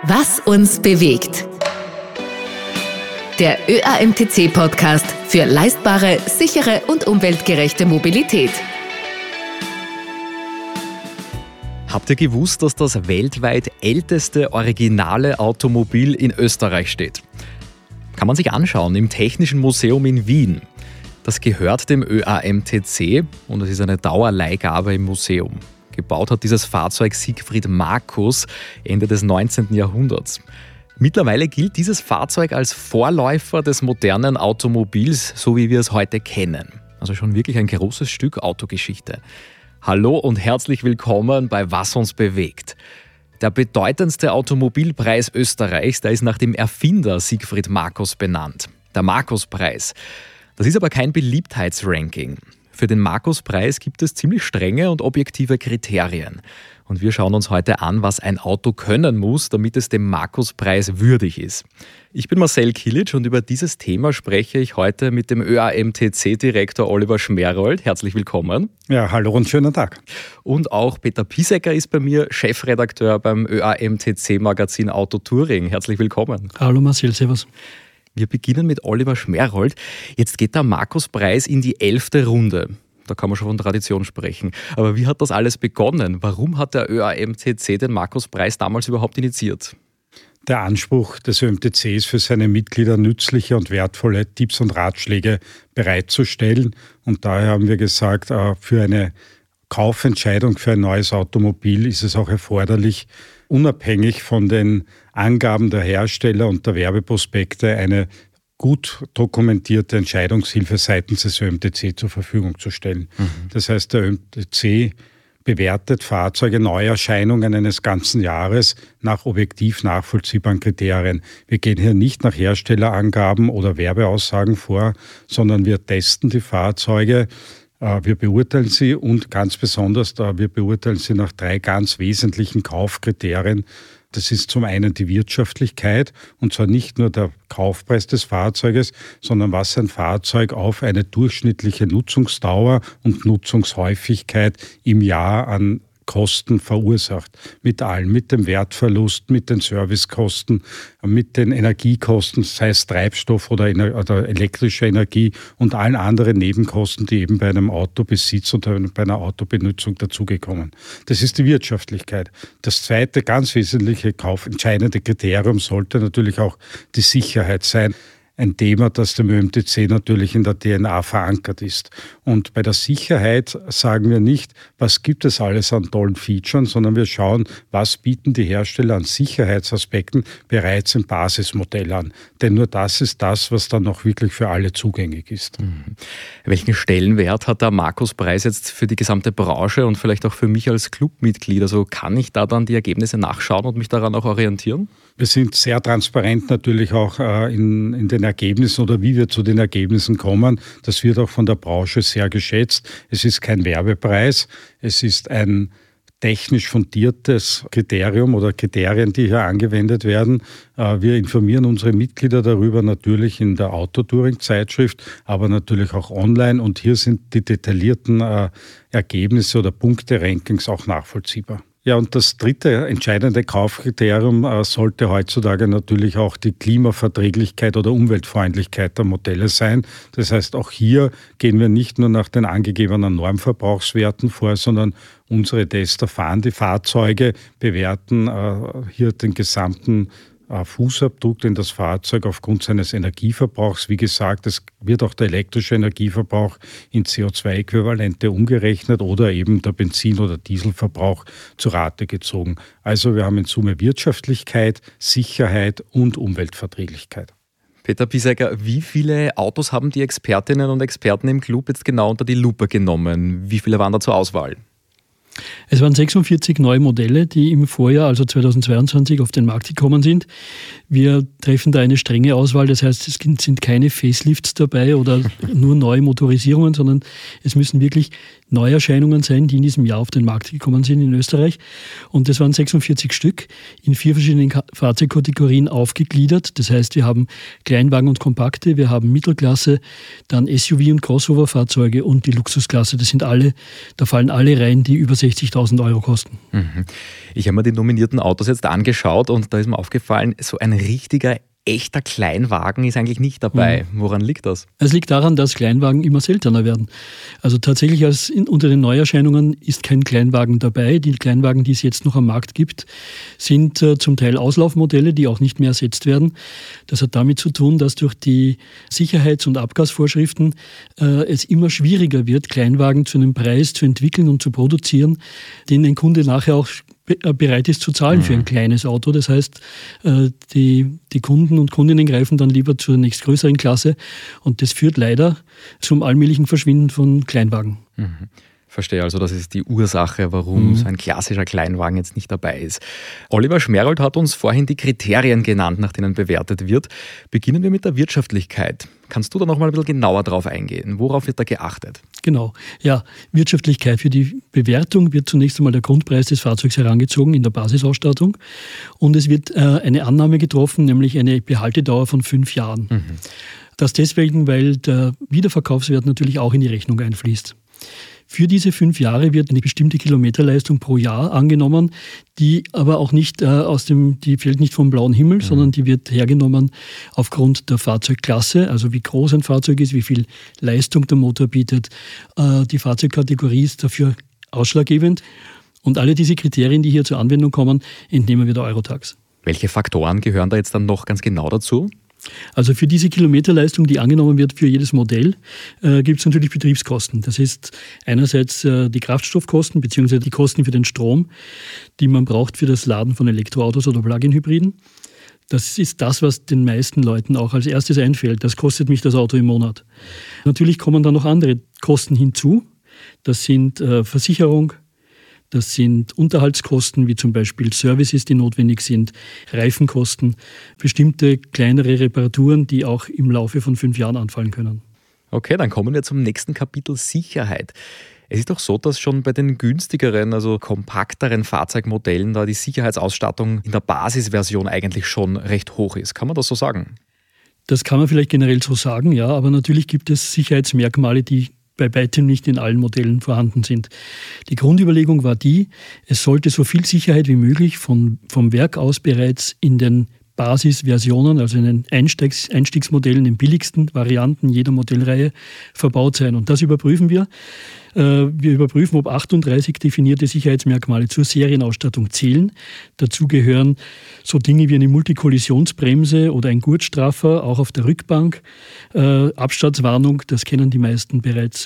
Was uns bewegt. Der ÖAMTC-Podcast für leistbare, sichere und umweltgerechte Mobilität. Habt ihr gewusst, dass das weltweit älteste originale Automobil in Österreich steht? Kann man sich anschauen im Technischen Museum in Wien. Das gehört dem ÖAMTC und es ist eine Dauerleihgabe im Museum. Gebaut hat dieses Fahrzeug Siegfried Marcus Ende des 19. Jahrhunderts. Mittlerweile gilt dieses Fahrzeug als Vorläufer des modernen Automobils, so wie wir es heute kennen. Also schon wirklich ein großes Stück Autogeschichte. Hallo und herzlich willkommen bei Was uns bewegt. Der bedeutendste Automobilpreis Österreichs, der ist nach dem Erfinder Siegfried Marcus benannt. Der Marcus-Preis. Das ist aber kein Beliebtheitsranking. Für den Marcus-Preis gibt es ziemlich strenge und objektive Kriterien. Und wir schauen uns heute an, was ein Auto können muss, damit es dem Marcus-Preis würdig ist. Ich bin Marcel Kilic und über dieses Thema spreche ich heute mit dem ÖAMTC-Direktor Oliver Schmerold. Herzlich willkommen. Ja, hallo und schönen Tag. Und auch Peter Pisecker ist bei mir, Chefredakteur beim ÖAMTC-Magazin Auto Touring. Herzlich willkommen. Hallo Marcel, servus. Wir beginnen mit Oliver Schmerold. Jetzt geht der Marcus-Preis in die 11. Runde. Da kann man schon von Tradition sprechen. Aber wie hat das alles begonnen? Warum hat der ÖAMTC den Marcus-Preis damals überhaupt initiiert? Der Anspruch des ÖAMTC ist für seine Mitglieder nützliche und wertvolle Tipps und Ratschläge bereitzustellen. Und daher haben wir gesagt, für eine Kaufentscheidung für ein neues Automobil ist es auch erforderlich, unabhängig von den Angaben der Hersteller und der Werbeprospekte eine gut dokumentierte Entscheidungshilfe seitens des ÖAMTC zur Verfügung zu stellen. Das heißt, der ÖAMTC bewertet Fahrzeuge, Neuerscheinungen eines ganzen Jahres nach objektiv nachvollziehbaren Kriterien. Wir gehen hier nicht nach Herstellerangaben oder Werbeaussagen vor, sondern wir testen die Fahrzeuge. Wir beurteilen sie und ganz besonders, wir beurteilen sie nach 3 ganz wesentlichen Kaufkriterien. Das ist zum einen die Wirtschaftlichkeit, und zwar nicht nur der Kaufpreis des Fahrzeuges, sondern was ein Fahrzeug auf eine durchschnittliche Nutzungsdauer und Nutzungshäufigkeit im Jahr an Kosten verursacht. Mit allem, mit dem Wertverlust, mit den Servicekosten, mit den Energiekosten, sei es Treibstoff oder elektrische Energie und allen anderen Nebenkosten, die eben bei einem Autobesitz und bei einer Autobenutzung dazugekommen. Das ist die Wirtschaftlichkeit. Das zweite ganz wesentliche kaufentscheidende Kriterium sollte natürlich auch die Sicherheit sein. Ein Thema, das dem ÖAMTC natürlich in der DNA verankert ist. Und bei der Sicherheit sagen wir nicht, was gibt es alles an tollen Features, sondern wir schauen, was bieten die Hersteller an Sicherheitsaspekten bereits im Basismodell an. Denn nur das ist das, was dann noch wirklich für alle zugänglich ist. Welchen Stellenwert hat der Marcus-Preis jetzt für die gesamte Branche und vielleicht auch für mich als Clubmitglied? Also kann ich da dann die Ergebnisse nachschauen und mich daran auch orientieren? Wir sind sehr transparent natürlich auch in den Ergebnissen oder wie wir zu den Ergebnissen kommen. Das wird auch von der Branche sehr geschätzt. Es ist kein Werbepreis, es ist ein technisch fundiertes Kriterium oder Kriterien, die hier angewendet werden. Wir informieren unsere Mitglieder darüber natürlich in der Auto-Touring-Zeitschrift, aber natürlich auch online. Und hier sind die detaillierten Ergebnisse oder Punkte-Rankings auch nachvollziehbar. Ja, und das dritte entscheidende Kaufkriterium sollte heutzutage natürlich auch die Klimaverträglichkeit oder Umweltfreundlichkeit der Modelle sein. Das heißt, auch hier gehen wir nicht nur nach den angegebenen Normverbrauchswerten vor, sondern unsere Tester fahren die Fahrzeuge, bewerten hier den gesamten Fußabdruck, den das Fahrzeug aufgrund seines Energieverbrauchs, wie gesagt, es wird auch der elektrische Energieverbrauch in CO2-Äquivalente umgerechnet oder eben der Benzin- oder Dieselverbrauch zu Rate gezogen. Also wir haben in Summe Wirtschaftlichkeit, Sicherheit und Umweltverträglichkeit. Peter Pisecker, wie viele Autos haben die Expertinnen und Experten im Club jetzt genau unter die Lupe genommen? Wie viele waren da zur Auswahl? Es waren 46 neue Modelle, die im Vorjahr, also 2022, auf den Markt gekommen sind. Wir treffen da eine strenge Auswahl, das heißt, es sind keine Facelifts dabei oder nur neue Motorisierungen, sondern es müssen wirklich Neuerscheinungen sein, die in diesem Jahr auf den Markt gekommen sind in Österreich. Und das waren 46 Stück in 4 verschiedenen Fahrzeugkategorien aufgegliedert. Das heißt, wir haben Kleinwagen und Kompakte, wir haben Mittelklasse, dann SUV und Crossover-Fahrzeuge und die Luxusklasse. Das sind alle, da fallen alle rein, die über 60 60.000 Euro kosten. Ich habe mir die nominierten Autos jetzt angeschaut und da ist mir aufgefallen, so ein richtiger, echter Kleinwagen ist eigentlich nicht dabei. Woran liegt das? Es liegt daran, dass Kleinwagen immer seltener werden. Also tatsächlich unter den Neuerscheinungen ist kein Kleinwagen dabei. Die Kleinwagen, die es jetzt noch am Markt gibt, sind zum Teil Auslaufmodelle, die auch nicht mehr ersetzt werden. Das hat damit zu tun, dass durch die Sicherheits- und Abgasvorschriften es immer schwieriger wird, Kleinwagen zu einem Preis zu entwickeln und zu produzieren, den ein Kunde nachher auch bereit ist zu zahlen für ein kleines Auto. Das heißt, die Kunden und Kundinnen greifen dann lieber zur nächstgrößeren Klasse und das führt leider zum allmählichen Verschwinden von Kleinwagen. Verstehe, also das ist die Ursache, warum so ein klassischer Kleinwagen jetzt nicht dabei ist. Oliver Schmerold hat uns vorhin die Kriterien genannt, nach denen bewertet wird. Beginnen wir mit der Wirtschaftlichkeit. Kannst du da noch mal ein bisschen genauer drauf eingehen? Worauf wird da geachtet? Genau, ja, Wirtschaftlichkeit. Für die Bewertung wird zunächst einmal der Grundpreis des Fahrzeugs herangezogen in der Basisausstattung und es wird eine Annahme getroffen, nämlich eine Behaltedauer von 5 Jahren. Das deswegen, weil der Wiederverkaufswert natürlich auch in die Rechnung einfließt. Für diese 5 Jahre wird eine bestimmte Kilometerleistung pro Jahr angenommen, die aber auch nicht die fällt nicht vom blauen Himmel, sondern die wird hergenommen aufgrund der Fahrzeugklasse, also wie groß ein Fahrzeug ist, wie viel Leistung der Motor bietet. Die Fahrzeugkategorie ist dafür ausschlaggebend. Und alle diese Kriterien, die hier zur Anwendung kommen, entnehmen wir der Eurotax. Welche Faktoren gehören da jetzt dann noch ganz genau dazu? Also für diese Kilometerleistung, die angenommen wird für jedes Modell, gibt es natürlich Betriebskosten. Das ist einerseits die Kraftstoffkosten bzw. die Kosten für den Strom, die man braucht für das Laden von Elektroautos oder Plug-in-Hybriden. Das ist das, was den meisten Leuten auch als erstes einfällt. Das kostet mich das Auto im Monat. Natürlich kommen dann noch andere Kosten hinzu. Das sind Versicherung, das sind Unterhaltskosten, wie zum Beispiel Services, die notwendig sind, Reifenkosten, bestimmte kleinere Reparaturen, die auch im Laufe von 5 Jahren anfallen können. Okay, dann kommen wir zum nächsten Kapitel Sicherheit. Es ist doch so, dass schon bei den günstigeren, also kompakteren Fahrzeugmodellen da die Sicherheitsausstattung in der Basisversion eigentlich schon recht hoch ist. Kann man das so sagen? Das kann man vielleicht generell so sagen, ja, aber natürlich gibt es Sicherheitsmerkmale, die bei weitem nicht in allen Modellen vorhanden sind. Die Grundüberlegung war die, es sollte so viel Sicherheit wie möglich vom Werk aus bereits in den Basisversionen, also in den Einstiegsmodellen, den billigsten Varianten jeder Modellreihe verbaut sein. Und das überprüfen wir. Wir überprüfen, ob 38 definierte Sicherheitsmerkmale zur Serienausstattung zählen. Dazu gehören so Dinge wie eine Multikollisionsbremse oder ein Gurtstraffer, auch auf der Rückbank, Absturzwarnung, das kennen die meisten bereits,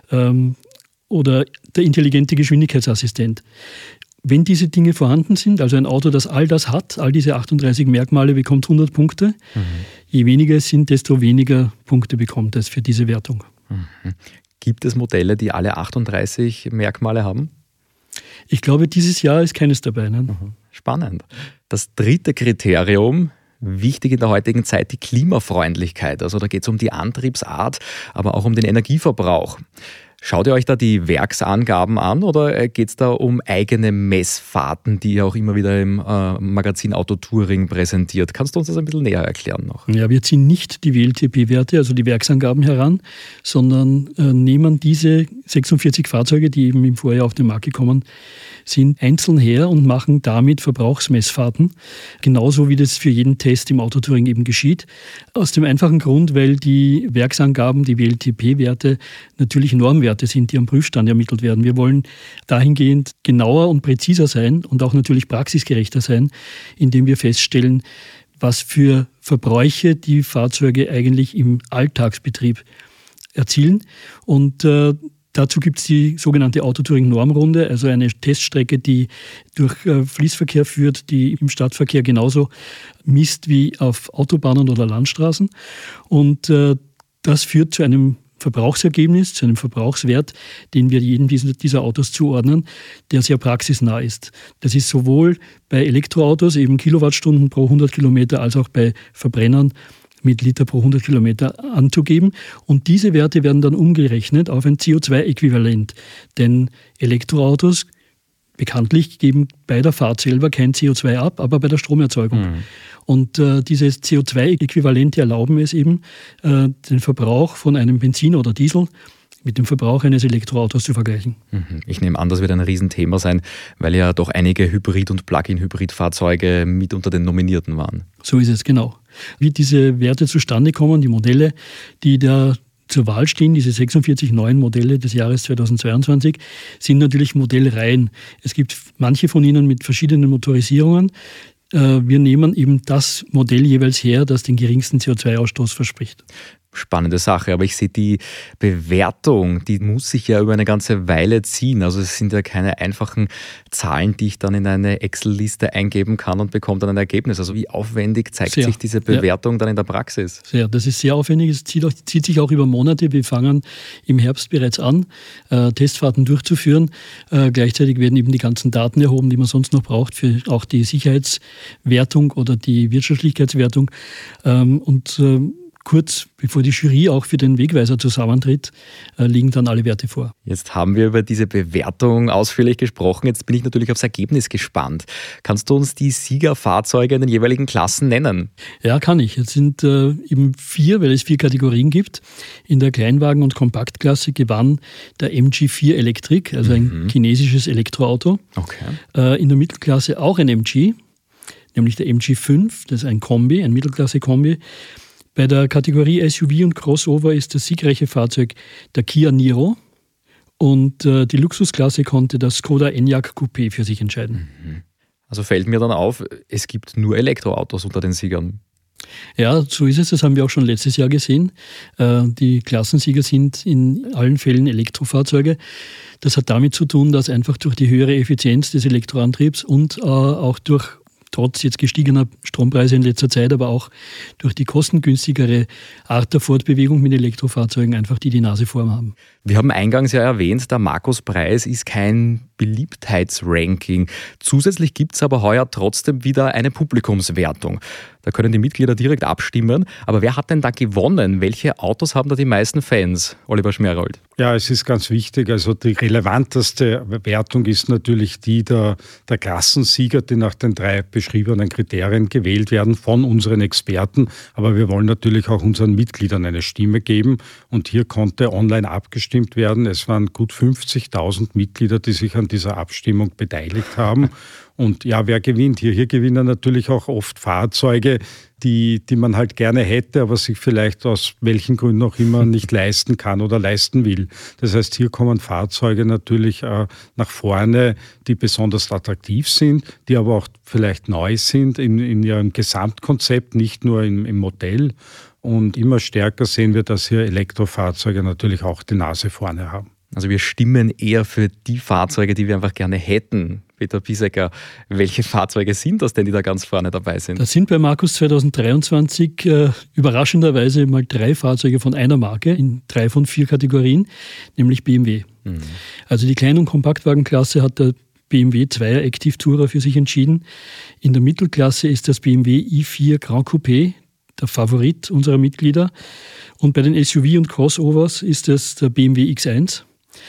oder der intelligente Geschwindigkeitsassistent. Wenn diese Dinge vorhanden sind, also ein Auto, das all das hat, all diese 38 Merkmale, bekommt 100 Punkte. Je weniger es sind, desto weniger Punkte bekommt es für diese Wertung. Gibt es Modelle, die alle 38 Merkmale haben? Ich glaube, dieses Jahr ist keines dabei. Ne? Spannend. Das dritte Kriterium, wichtig in der heutigen Zeit, die Klimafreundlichkeit. Also da geht es um die Antriebsart, aber auch um den Energieverbrauch. Schaut ihr euch da die Werksangaben an oder geht es da um eigene Messfahrten, die ihr auch immer wieder im Magazin Auto Touring präsentiert? Kannst du uns das ein bisschen näher erklären noch? Ja, wir ziehen nicht die WLTP-Werte, also die Werksangaben heran, sondern nehmen diese 46 Fahrzeuge, die eben im Vorjahr auf den Markt gekommen sind, einzeln her und machen damit Verbrauchsmessfahrten, genauso wie das für jeden Test im Autotouring eben geschieht. Aus dem einfachen Grund, weil die Werksangaben, die WLTP-Werte, natürlich Normwerte sind, die am Prüfstand ermittelt werden. Wir wollen dahingehend genauer und präziser sein und auch natürlich praxisgerechter sein, indem wir feststellen, was für Verbräuche die Fahrzeuge eigentlich im Alltagsbetrieb erzielen. Und dazu gibt es die sogenannte Autotouring-Normrunde, also eine Teststrecke, die durch Fließverkehr führt, die im Stadtverkehr genauso misst wie auf Autobahnen oder Landstraßen. Und das führt zu einem Verbrauchsergebnis, zu einem Verbrauchswert, den wir jedem dieser Autos zuordnen, der sehr praxisnah ist. Das ist sowohl bei Elektroautos eben Kilowattstunden pro 100 Kilometer als auch bei Verbrennern mit Liter pro 100 Kilometer anzugeben. Und diese Werte werden dann umgerechnet auf ein CO2-Äquivalent. Denn Elektroautos bekanntlich geben bei der Fahrt selber kein CO2 ab, aber bei der Stromerzeugung. Und diese CO2-Äquivalente erlauben es eben, den Verbrauch von einem Benzin oder Diesel mit dem Verbrauch eines Elektroautos zu vergleichen. Ich nehme an, das wird ein Riesenthema sein, weil ja doch einige Hybrid- und Plug-in-Hybrid-Fahrzeuge mit unter den Nominierten waren. So ist es, genau. Wie diese Werte zustande kommen, die Modelle, die da zur Wahl stehen, diese 46 neuen Modelle des Jahres 2022, sind natürlich Modellreihen. Es gibt manche von ihnen mit verschiedenen Motorisierungen. Wir nehmen eben das Modell jeweils her, das den geringsten CO2-Ausstoß verspricht. Spannende Sache, aber ich sehe, die Bewertung, die muss sich ja über eine ganze Weile ziehen. Also es sind ja keine einfachen Zahlen, die ich dann in eine Excel-Liste eingeben kann und bekomme dann ein Ergebnis. Also wie aufwendig zeigt sich diese Bewertung dann in der Praxis? Sehr, das ist sehr aufwendig. Es zieht sich auch über Monate. Wir fangen im Herbst bereits an, Testfahrten durchzuführen. Gleichzeitig werden eben die ganzen Daten erhoben, die man sonst noch braucht für auch die Sicherheitswertung oder die Wirtschaftlichkeitswertung. Kurz bevor die Jury auch für den Wegweiser zusammentritt, liegen dann alle Werte vor. Jetzt haben wir über diese Bewertung ausführlich gesprochen. Jetzt bin ich natürlich aufs Ergebnis gespannt. Kannst du uns die Siegerfahrzeuge in den jeweiligen Klassen nennen? Ja, kann ich. Jetzt sind eben 4, weil es 4 Kategorien gibt. In der Kleinwagen- und Kompaktklasse gewann der MG4 Electric, also ein chinesisches Elektroauto. Okay. In der Mittelklasse auch ein MG, nämlich der MG5, das ist ein Kombi, ein Mittelklasse-Kombi. Bei der Kategorie SUV und Crossover ist das siegreiche Fahrzeug der Kia Niro und die Luxusklasse konnte das Skoda Enyaq Coupé für sich entscheiden. Also fällt mir dann auf, es gibt nur Elektroautos unter den Siegern. Ja, so ist es. Das haben wir auch schon letztes Jahr gesehen. Die Klassensieger sind in allen Fällen Elektrofahrzeuge. Das hat damit zu tun, dass einfach durch die höhere Effizienz des Elektroantriebs und auch durch trotz jetzt gestiegener Strompreise in letzter Zeit, aber auch durch die kostengünstigere Art der Fortbewegung mit Elektrofahrzeugen einfach die Nase vorn haben. Wir haben eingangs ja erwähnt, der Markus-Preis ist kein Beliebtheitsranking. Zusätzlich gibt es aber heuer trotzdem wieder eine Publikumswertung. Da können die Mitglieder direkt abstimmen. Aber wer hat denn da gewonnen? Welche Autos haben da die meisten Fans? Oliver Schmerold. Ja, es ist ganz wichtig. Also die relevanteste Wertung ist natürlich die der Klassensieger, die nach den 3 beschriebenen Kriterien gewählt werden von unseren Experten. Aber wir wollen natürlich auch unseren Mitgliedern eine Stimme geben. Und hier konnte online abgestimmt werden. Es waren gut 50.000 Mitglieder, die sich an dieser Abstimmung beteiligt haben. Und ja, wer gewinnt hier? Hier gewinnen natürlich auch oft Fahrzeuge, die man halt gerne hätte, aber sich vielleicht aus welchen Gründen auch immer nicht leisten kann oder leisten will. Das heißt, hier kommen Fahrzeuge natürlich nach vorne, die besonders attraktiv sind, die aber auch vielleicht neu sind in ihrem Gesamtkonzept, nicht nur im Modell. Und immer stärker sehen wir, dass hier Elektrofahrzeuge natürlich auch die Nase vorne haben. Also wir stimmen eher für die Fahrzeuge, die wir einfach gerne hätten. Peter Piesecker, welche Fahrzeuge sind das denn, die da ganz vorne dabei sind? Das sind bei Markus 2023 überraschenderweise mal 3 Fahrzeuge von einer Marke in 3 von 4 Kategorien, nämlich BMW. Also die Klein- und Kompaktwagenklasse hat der BMW 2er Active Tourer für sich entschieden. In der Mittelklasse ist das BMW i4 Grand Coupé der Favorit unserer Mitglieder. Und bei den SUV und Crossovers ist es der BMW X1.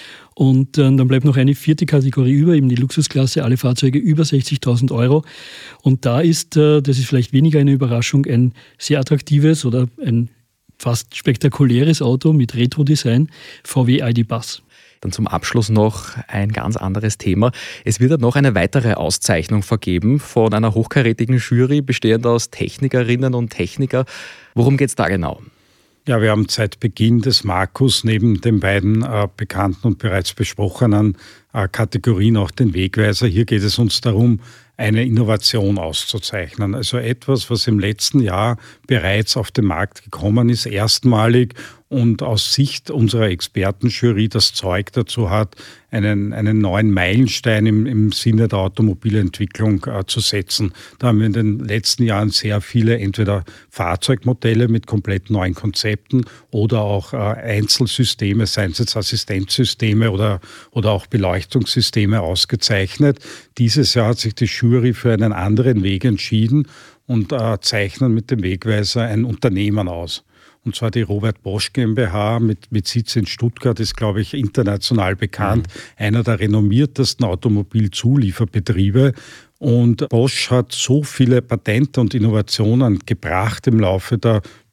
Und dann bleibt noch eine 4. Kategorie über, eben die Luxusklasse, alle Fahrzeuge über 60.000 Euro. Und da ist, das ist vielleicht weniger eine Überraschung, ein sehr attraktives oder ein fast spektakuläres Auto mit Retro-Design, VW ID. Buzz. Dann zum Abschluss noch ein ganz anderes Thema. Es wird noch eine weitere Auszeichnung vergeben von einer hochkarätigen Jury, bestehend aus Technikerinnen und Techniker. Worum geht es da genau? Ja, wir haben seit Beginn des Markus neben den beiden bekannten und bereits besprochenen Kategorien auch den Wegweiser. Hier geht es uns darum, eine Innovation auszuzeichnen. Also etwas, was im letzten Jahr bereits auf den Markt gekommen ist, erstmalig und aus Sicht unserer Expertenjury das Zeug dazu hat, einen neuen Meilenstein im Sinne der Automobilentwicklung zu setzen. Da haben wir in den letzten Jahren sehr viele entweder Fahrzeugmodelle mit komplett neuen Konzepten oder auch Einzelsysteme, seien es jetzt Assistenzsysteme oder auch Beleuchtungssysteme ausgezeichnet. Dieses Jahr hat sich die Jury für einen anderen Weg entschieden und zeichnen mit dem Wegweiser ein Unternehmen aus. Und zwar die Robert Bosch GmbH mit Sitz in Stuttgart ist, glaube ich, international bekannt. Einer der renommiertesten Automobilzulieferbetriebe. Und Bosch hat so viele Patente und Innovationen gebracht im Laufe der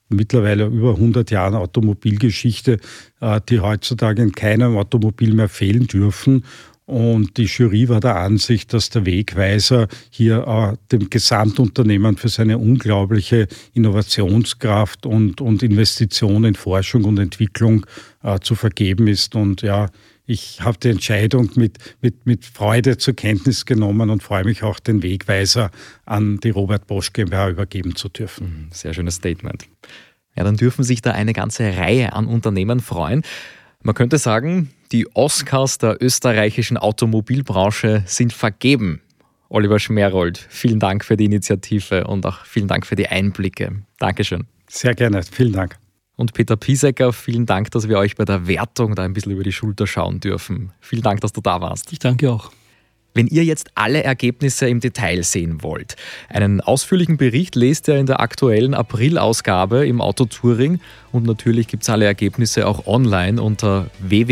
mittlerweile über 100 Jahren Automobilgeschichte, die heutzutage in keinem Automobil mehr fehlen dürfen. Und die Jury war der Ansicht, dass der Wegweiser hier dem Gesamtunternehmen für seine unglaubliche Innovationskraft und Investition in Forschung und Entwicklung zu vergeben ist. Und ja, ich habe die Entscheidung mit Freude zur Kenntnis genommen und freue mich auch, den Wegweiser an die Robert Bosch GmbH übergeben zu dürfen. Sehr schönes Statement. Ja, dann dürfen sich da eine ganze Reihe an Unternehmen freuen. Man könnte sagen, die Oscars der österreichischen Automobilbranche sind vergeben. Oliver Schmerold, vielen Dank für die Initiative und auch vielen Dank für die Einblicke. Dankeschön. Sehr gerne, vielen Dank. Und Peter Piesecker, vielen Dank, dass wir euch bei der Wertung da ein bisschen über die Schulter schauen dürfen. Vielen Dank, dass du da warst. Ich danke auch. Wenn ihr jetzt alle Ergebnisse im Detail sehen wollt, einen ausführlichen Bericht lest ihr in der aktuellen April-Ausgabe im Auto Touring und natürlich gibt es alle Ergebnisse auch online unter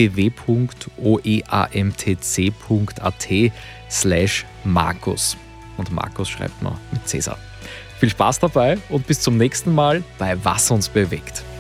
www.oeamtc.at/Markus. Und Markus schreibt man mit Cäsar. Viel Spaß dabei und bis zum nächsten Mal bei Was uns bewegt.